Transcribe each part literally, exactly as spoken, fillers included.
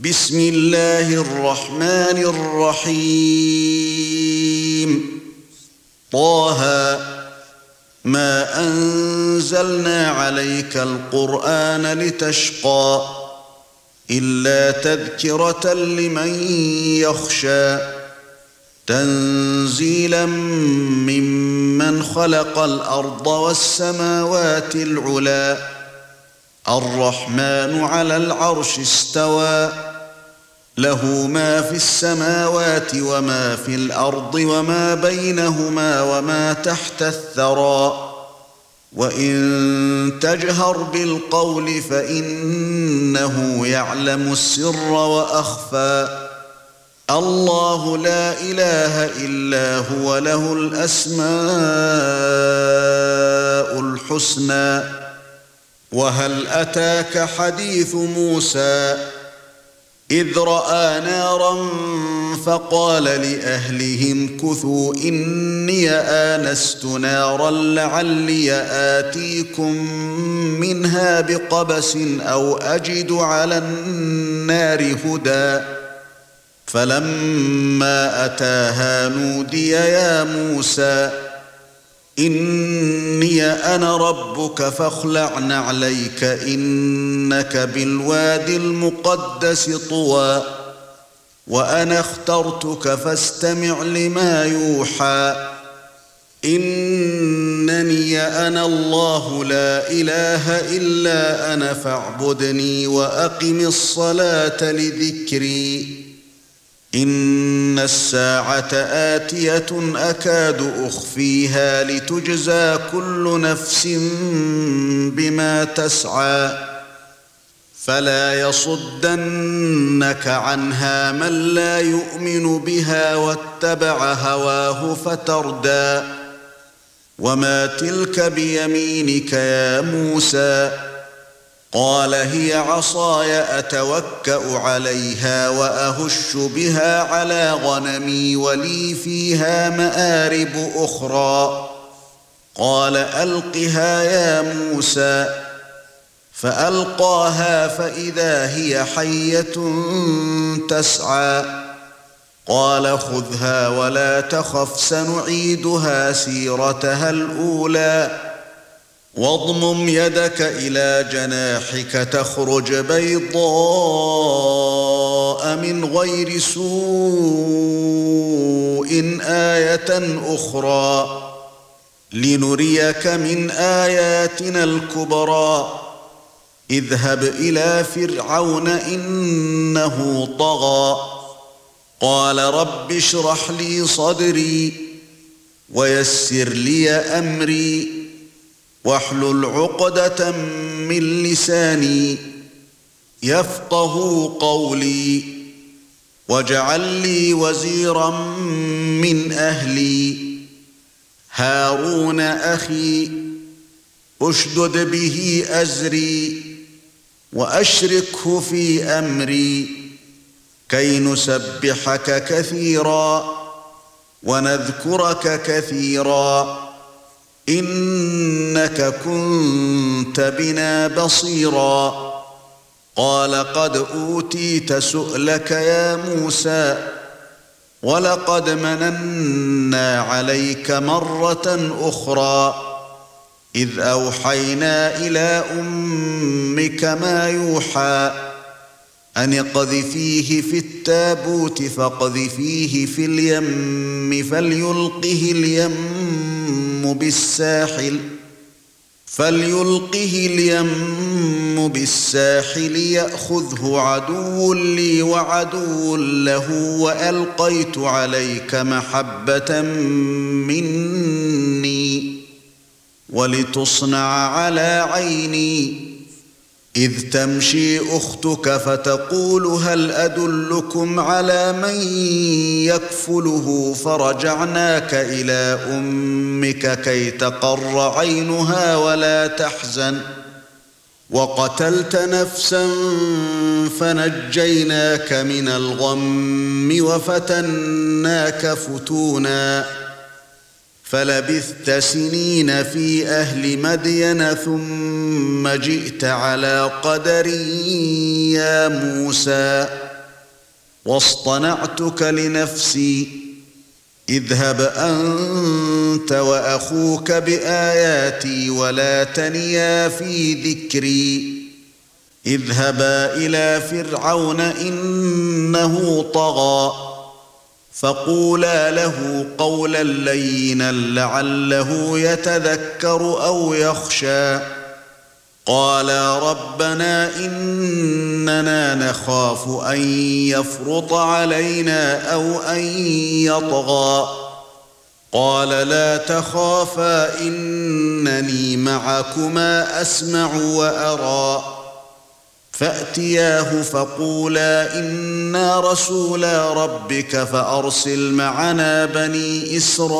بسم الله الرحمن الرحيم طه ما أنزلنا عليك القرآن لتشقى إلا تذكرة لمن يخشى تنزيلا ممن خلق الأرض والسماوات العلى الرحمن على العرش استوى له ما في السماوات وما في الأرض وما بينهما وما تحت الثرى وإن تجهر بالقول فإنه يعلم السر وأخفى الله لا إله إلا هو له الأسماء الحسنى وهل أتاك حديث موسى إذ رأى نارا فقال لأهلهم كثوا إني آنست نارا لعلي آتيكم منها بقبس أو أجد على النار هدى فلما أتاها نودي يا موسى إني أنا ربك فاخلع نعليك إنك بالوادي المقدس طوى وأنا اخترتك فاستمع لما يوحى إنني أنا الله لا إله إلا أنا فاعبدني وأقم الصلاة لذكري إن الساعة آتية أكاد أخفيها لتجزى كل نفس بما تسعى فلا يصدنك عنها من لا يؤمن بها واتبع هواه فتردى وما تلك بيمينك يا موسى قال هي عصاي أتوكأ عليها وأهش بها على غنمي ولي فيها مآرب أخرى قال ألقها يا موسى فألقاها فإذا هي حية تسعى قال خذها ولا تخف سنعيدها سيرتها الأولى واضمم يدك إلى جناحك تخرج بيضاء من غير سوء آية أخرى لنريك من آياتنا الكبرى اذهب إلى فرعون إنه طغى قال رب اشرح لي صدري ويسر لي أمري واحلل عقدة من لساني يفقهوا قولي واجعل لي وزيرا من أهلي هارون أخي أشدد به أزري وأشركه في أمري كي نسبحك كثيرا ونذكرك كثيرا إنك كنت بنا بصيرا قال قد أوتيت سؤلك يا موسى ولقد مننا عليك مرة أخرى إذ أوحينا إلى أمك ما يوحى أن اقذفيه في التابوت فاقذفيه في اليم فليلقه اليم بالساحل فليلقه اليم بالساحل يأخذه عدو لي وعدو له وألقيت عليك محبة مني ولتصنع على عيني إذ تمشي أختك فتقول هل أدلكم على من يكفله فرجعناك إلى أمك كي تقر عينها ولا تحزن وقتلت نفسا فنجيناك من الغم وفتناك فتونا فلبثت سنين في أهل مدين ثم جئت على قدر يا موسى واصطنعتك لنفسي اذهب أنت وأخوك بآياتي ولا تنيا في ذكري اذهبا إلى فرعون إنه طغى فقولا له قولا لينا لعله يتذكر أو يخشى قالا ربنا إننا نخاف أن يفرط علينا أو أن يطغى قال لا تخافا إنني معكما أسمع وأرى فأتياه فقولا إنا رسولا ربك فأرسل معنا بني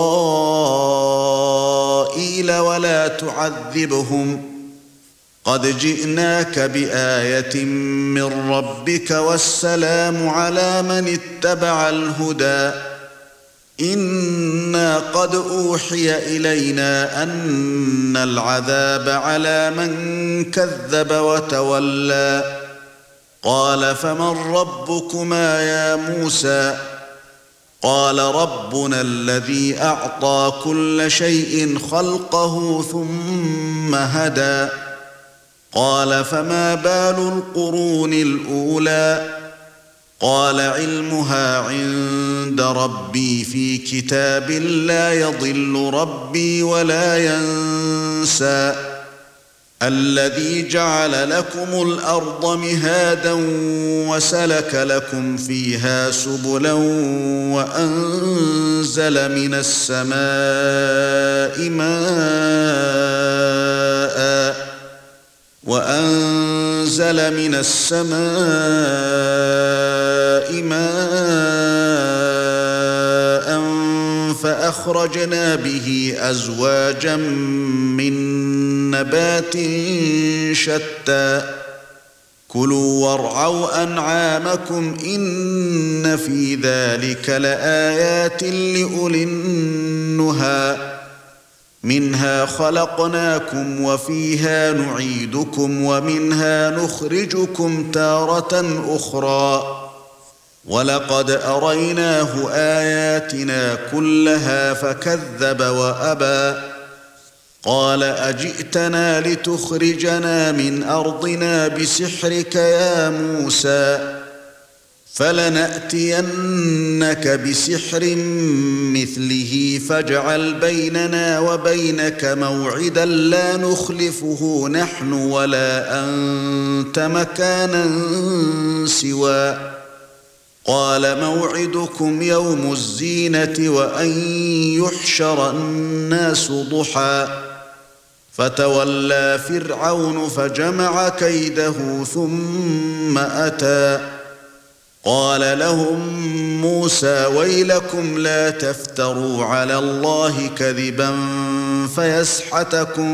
إسرائيل ولا تعذبهم قد جئناك بآية من ربك والسلام على من اتبع الهدى إنا قد أوحي إلينا أن العذاب على من كذب وتولى قال فمن ربكما يا موسى قال ربنا الذي أعطى كل شيء خلقه ثم هدى قال فما بال القرون الأولى قال علمها عند ربي في كتاب لا يضل ربي ولا ينسى الذي جعل لكم الأرض مهادا وسلك لكم فيها سبلا وأنزل من السماء ماء وأنزل من السماء ماء فأخرجنا به أزواجا من نبات شتى كلوا وارعوا أنعامكم إن في ذلك لآيات لأولي النهى منها خلقناكم وفيها نعيدكم ومنها نخرجكم تارة أخرى ولقد أريناه آياتنا كلها فكذب وأبى قال أجئتنا لتخرجنا من أرضنا بسحرك يا موسى فلنأتينك بسحر مثله فاجعل بيننا وبينك موعدا لا نخلفه نحن ولا أنت مكانا سوى قال موعدكم يوم الزينة وأن يحشر الناس ضحى فتولى فرعون فجمع كيده ثم أتى قال لهم موسى ويلكم لا تفتروا على الله كذبا فيسحتكم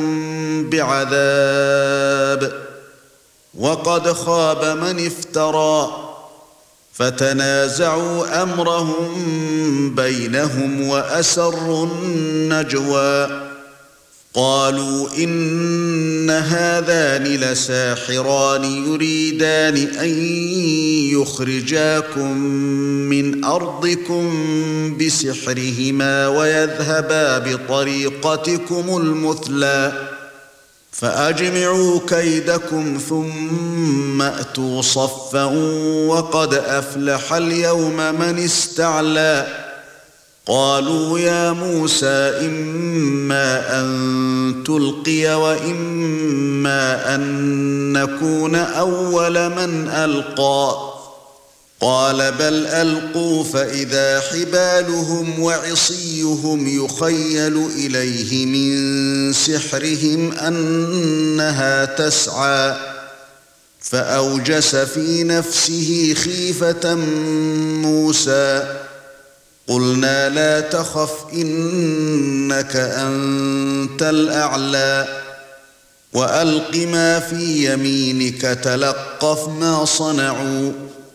بعذاب وقد خاب من افترى فتنازعوا أمرهم بينهم وأسروا النجوى قالوا إن هذان لساحران يريدان أن يخرجاكم من أرضكم بسحرهما ويذهبا بطريقتكم المثلى فأجمعوا كيدكم ثم أتوا صفا وقد أفلح اليوم من استعلى قالوا يا موسى إما أن تلقي وإما أن نكون أول من ألقى قال بل ألقوا فإذا حبالهم وعصيهم يخيل إليه من سحرهم أنها تسعى فأوجس في نفسه خيفة موسى قلنا لا تخف إنك أنت الأعلى وألق ما في يمينك تلقف ما صنعوا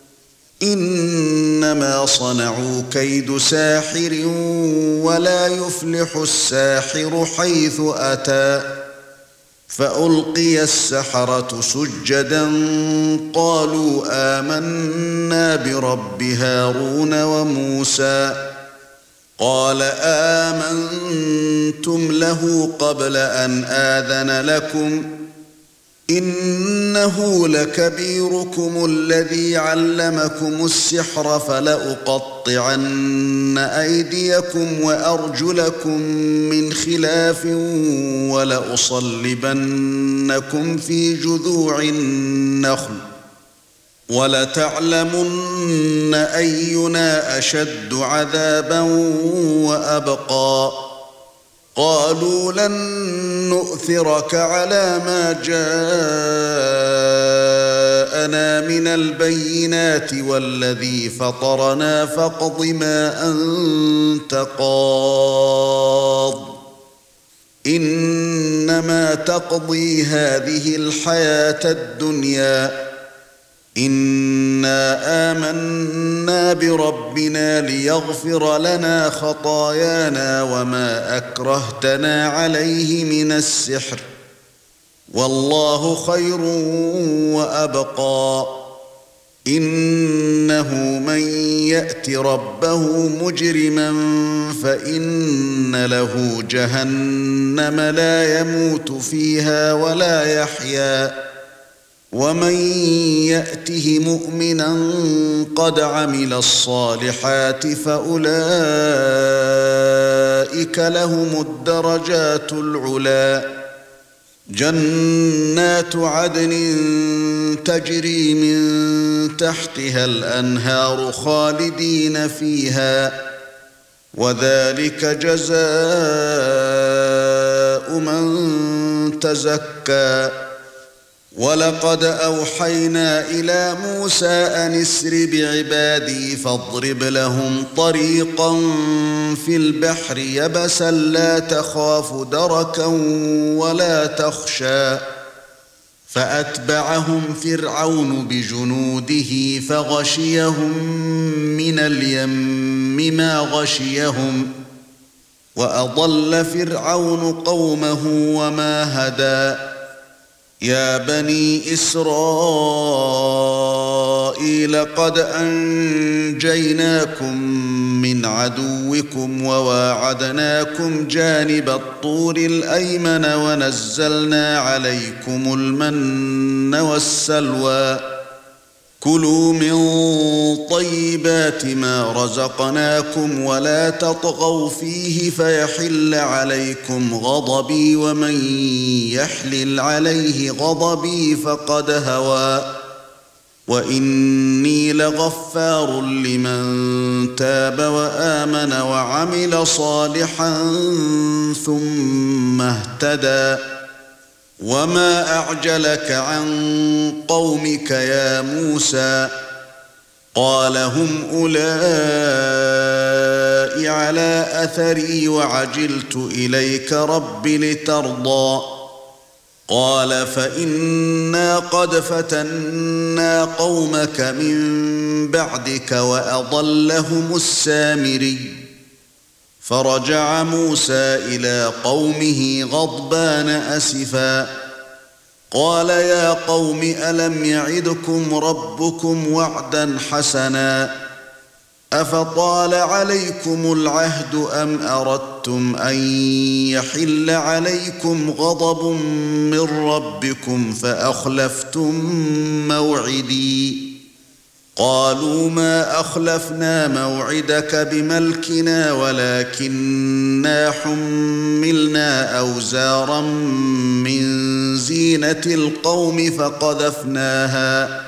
إنما صنعوا كيد ساحر ولا يفلح الساحر حيث أتى فألقي السحرة سجدا قالوا آمنا برب هارون وموسى قال آمنتم له قبل أن آذن لكم إنه لكبيركم الذي علمكم السحر فلأقطعن أيديكم وأرجلكم من خلاف ولأصلبنكم في جذوع النخل ولتعلمن أينا أشد عذابا وأبقى قالوا لن نؤثرك على ما جاءنا من البينات والذي فطرنا فاقض ما أنت قاض إنما تقضي هذه الحياة الدنيا إنا آمنا بربنا ليغفر لنا خطايانا وما أكرهتنا عليه من السحر والله خير وأبقى إنه من يأت ربه مجرما فإن له جهنم لا يموت فيها ولا يحيا ومن يأته مؤمنا قد عمل الصالحات فأولئك لهم الدرجات العلى جنات عدن تجري من تحتها الأنهار خالدين فيها وذلك جزاء من تزكى ولقد أوحينا إلى موسى أن اسر بعبادي فاضرب لهم طريقا في البحر يبسا لا تخاف دركا ولا تخشى فأتبعهم فرعون بجنوده فغشيهم من اليم ما غشيهم وأضل فرعون قومه وما هدى يا بني إسرائيل قد أنجيناكم من عدوكم وواعدناكم جانب الطور الأيمن ونزلنا عليكم المن والسلوى كلوا من طيبات ما رزقناكم ولا تطغوا فيه فيحل عليكم غضبي ومن يحلل عليه غضبي فقد هوى وإني لغفار لمن تاب وآمن وعمل صالحا ثم اهتدى وما أعجلك عن قومك يا موسى قال هم أولئك على أثري وعجلت إليك رب لترضى قال فإنا قد فتنا قومك من بعدك وأضلهم السامري فرجع موسى إلى قومه غضبان أسفا قال يا قوم ألم يعدكم ربكم وعدا حسنا أفطال عليكم العهد أم أردتم أن يحل عليكم غضب من ربكم فأخلفتم موعدي قالوا ما أخلفنا موعدك بملكنا ولكننا حملنا أوزارا من زينة القوم فقذفناها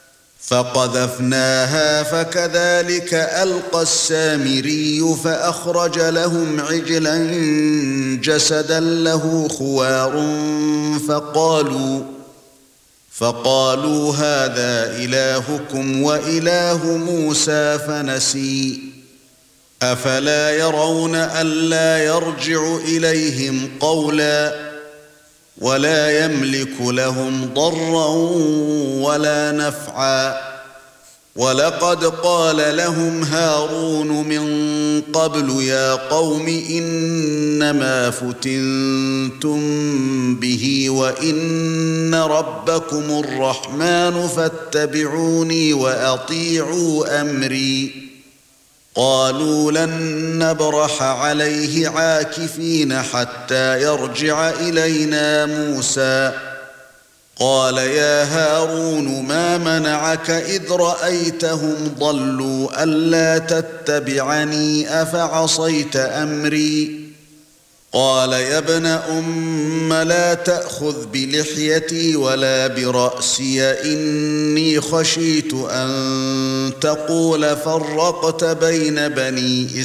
فقذفناها فكذلك ألقى السامري فأخرج لهم عجلا جسدا له خوار فقالوا فقالوا هذا إلهكم وإله موسى فنسي أفلا يرون ألا يرجع إليهم قولا ولا يملك لهم ضرا ولا نفعا وَلَقَدْ قَالَ لَهُمْ هَارُونُ مِنْ قَبْلُ يَا قَوْمِ إِنَّمَا فُتِنْتُمْ بِهِ وَإِنَّ رَبَّكُمُ الرَّحْمَنُ فَاتَّبِعُونِي وَأَطِيعُوا أَمْرِي قَالُوا لَن نَّبْرَحَ عَلَيْهِ عَاكِفِينَ حَتَّى يَرْجِعَ إِلَيْنَا مُوسَى قال يا هارون ما منعك إذ رأيتهم ضلوا ألا تتبعني أفعصيت أمري قال يا ابن أم لا تأخذ بلحيتي ولا برأسي إني خشيت أن تقول فرقت بين بني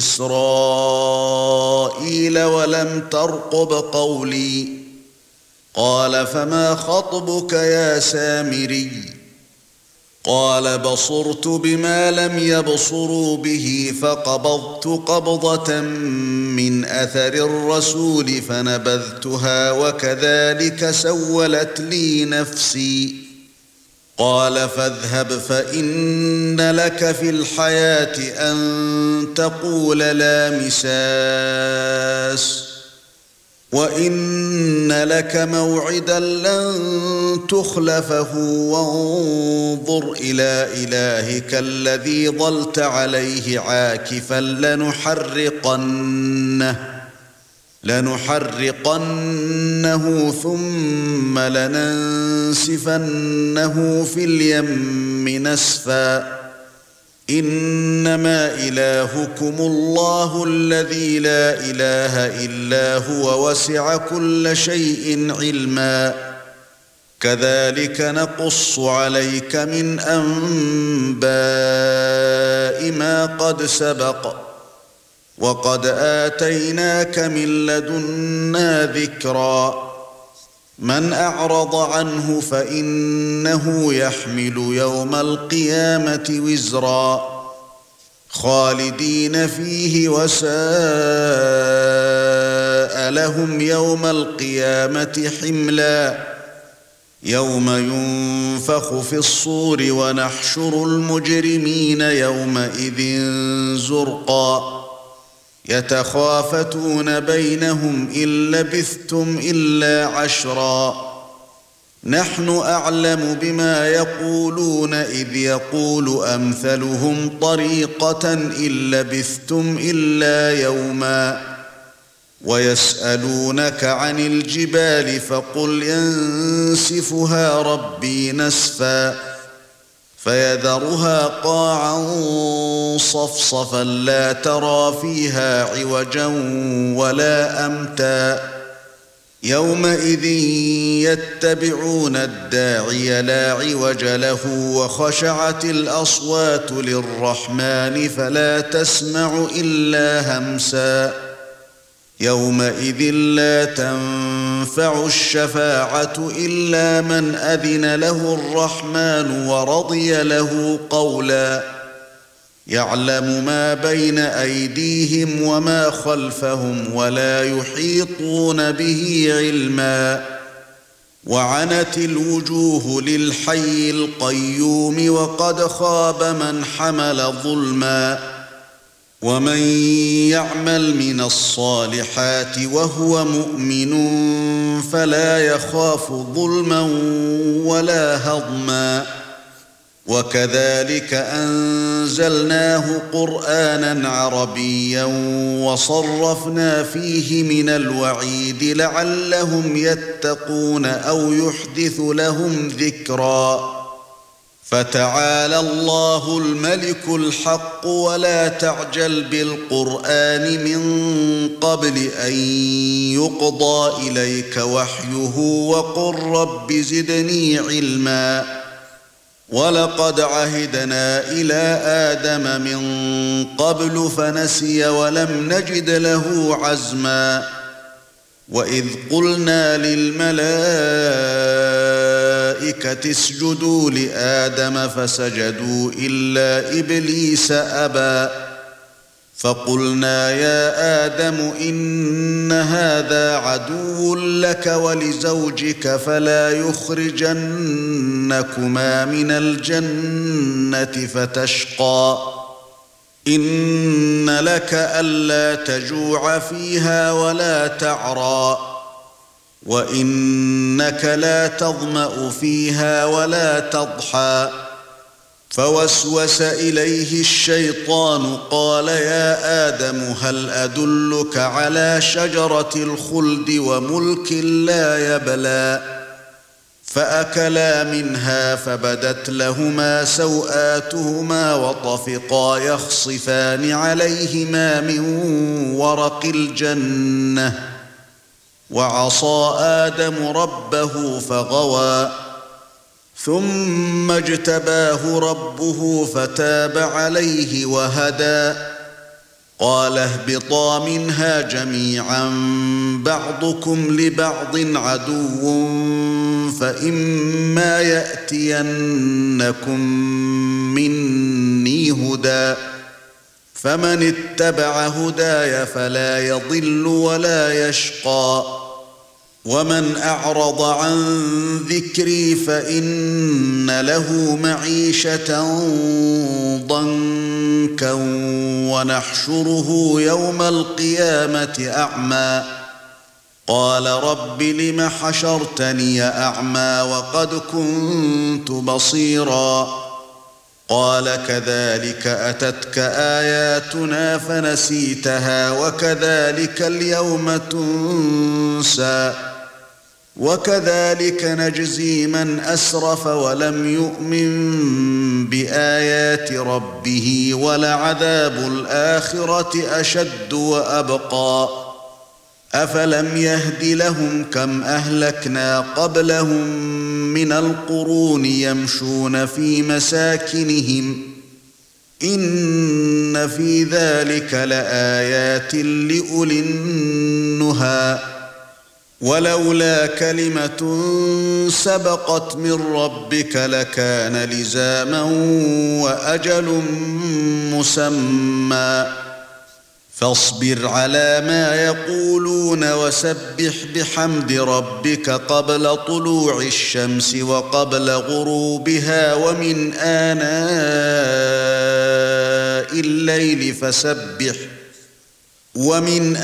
إسرائيل ولم ترقب قولي قال فما خطبك يا سامري قال بصرت بما لم يبصروا به فقبضت قبضة من أثر الرسول فنبذتها وكذلك سولت لي نفسي قال فاذهب فإن لك في الحياة أن تقول لا مساس وَإِنَّ لَكَ مَوْعِدًا لَّن تُخْلَفَهُ وَانظُرْ إِلَى إِلَٰهِكَ الَّذِي ظَلْتَ عَلَيْهِ عَاكِفًا لَّنُحَرِّقَنَّهُ لَنُحَرِّقَنَّهُ ثُمَّ لَنَنسِفَنَّهُ فِي الْيَمِّ نَسْفًا إنما إلهكم الله الذي لا إله إلا هو وسع كل شيء علما كذلك نقص عليك من أنباء ما قد سبق وقد آتيناك من لدنا ذكرا من أعرض عنه فإنه يحمل يوم القيامة وزرا خالدين فيه وساء لهم يوم القيامة حملا يوم ينفخ في الصور ونحشر المجرمين يومئذ زرقا يتخافتون بينهم إن لبثتم إلا عشرا نحن أعلم بما يقولون إذ يقول أمثلهم طريقة إن لبثتم إلا يوما ويسألونك عن الجبال فقل ينسفها ربي نسفا فيذرها قاعا صفصفا لا ترى فيها عوجا ولا أمتا يومئذ يتبعون الداعي لا عوج له وخشعت الأصوات للرحمن فلا تسمع إلا همسا يومئذ لا تنفع الشفاعة إلا من أذن له الرحمن ورضي له قولا يعلم ما بين أيديهم وما خلفهم ولا يحيطون به علما وعنت الوجوه للحي القيوم وقد خاب من حمل ظلما ومن يعمل من الصالحات وهو مؤمن فلا يخاف ظلما ولا هضما وكذلك أنزلناه قرآنا عربيا وصرفنا فيه من الوعيد لعلهم يتقون أو يحدث لهم ذكرا فتعالى الله الملك الحق ولا تعجل بالقرآن من قبل أن يقضى إليك وحيه وقل رب زدني علما ولقد عهدنا إلى آدم من قبل فنسي ولم نجد له عزما وإذ قلنا للملائكة اسجدوا لآدم فسجدوا إلا إبليس أبى فقلنا يا آدم إن هذا عدو لك ولزوجك فلا يخرجنكما من الجنة فتشقى إن لك ألا تجوع فيها ولا تعرى وإنك لا تظمأ فيها ولا تضحى فوسوس إليه الشيطان قال يا آدم هل أدلك على شجرة الخلد وملك لا يبلى فأكلا منها فبدت لهما سوآتهما وطفقا يخصفان عليهما من ورق الجنة وعصى آدم ربه فغوى ثم اجتباه ربه فتاب عليه وهدى قال اهبطا منها جميعا بعضكم لبعض عدو فإما يأتينكم مني هدى فمن اتبع هداي فلا يضل ولا يشقى ومن أعرض عن ذكري فإن له معيشة ضنكا ونحشره يوم القيامة أعمى قال رب لم حشرتني أعمى وقد كنت بصيرا قال كذلك أتتك آياتنا فنسيتها وكذلك اليوم تنسى وكذلك نجزي من أسرف ولم يؤمن بآيات ربه ولعذاب الآخرة أشد وأبقى أفلم يهد لهم كم أهلكنا قبلهم من القرون يمشون في مساكنهم إن في ذلك لآيات لأولي النهى ولولا كلمة سبقت من ربك لكان لزاما وأجل مسمى فاصبر على ما يقولون وسبح بحمد ربك قبل طلوع الشمس وقبل غروبها ومن آناء الليل فسبح ومن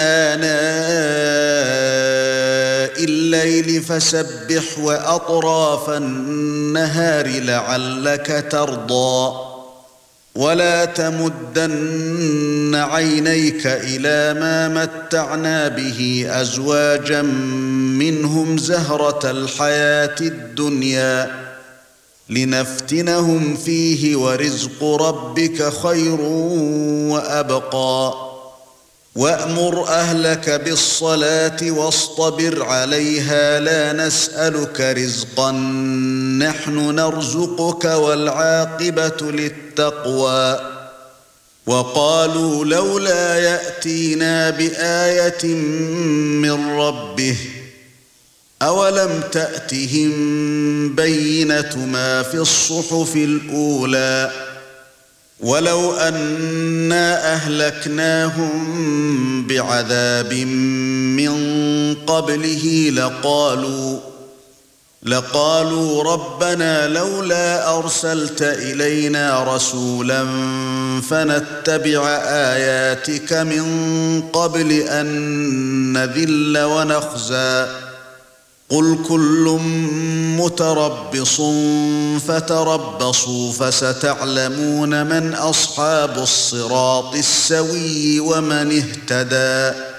آناء الليل فسبح وأطراف النهار لعلك ترضى ولا تمدن عينيك إلى ما متعنا به أزواجا منهم زهرة الحياة الدنيا لنفتنهم فيه ورزق ربك خير وأبقى وأمر أهلك بالصلاة واصطبر عليها لا نسألك رزقا نحن نرزقك والعاقبة للتقوى وقالوا لولا يأتينا بآية من ربه أولم تأتهم بينة ما في الصحف الأولى ولو أنا أهلكناهم بعذاب من قبله لقالوا لقالوا ربنا لولا أرسلت إلينا رسولا فنتبع آياتك من قبل أن نذل ونخزى قل كل متربص فتربصوا فستعلمون من أصحاب الصراط السوي ومن اهتدى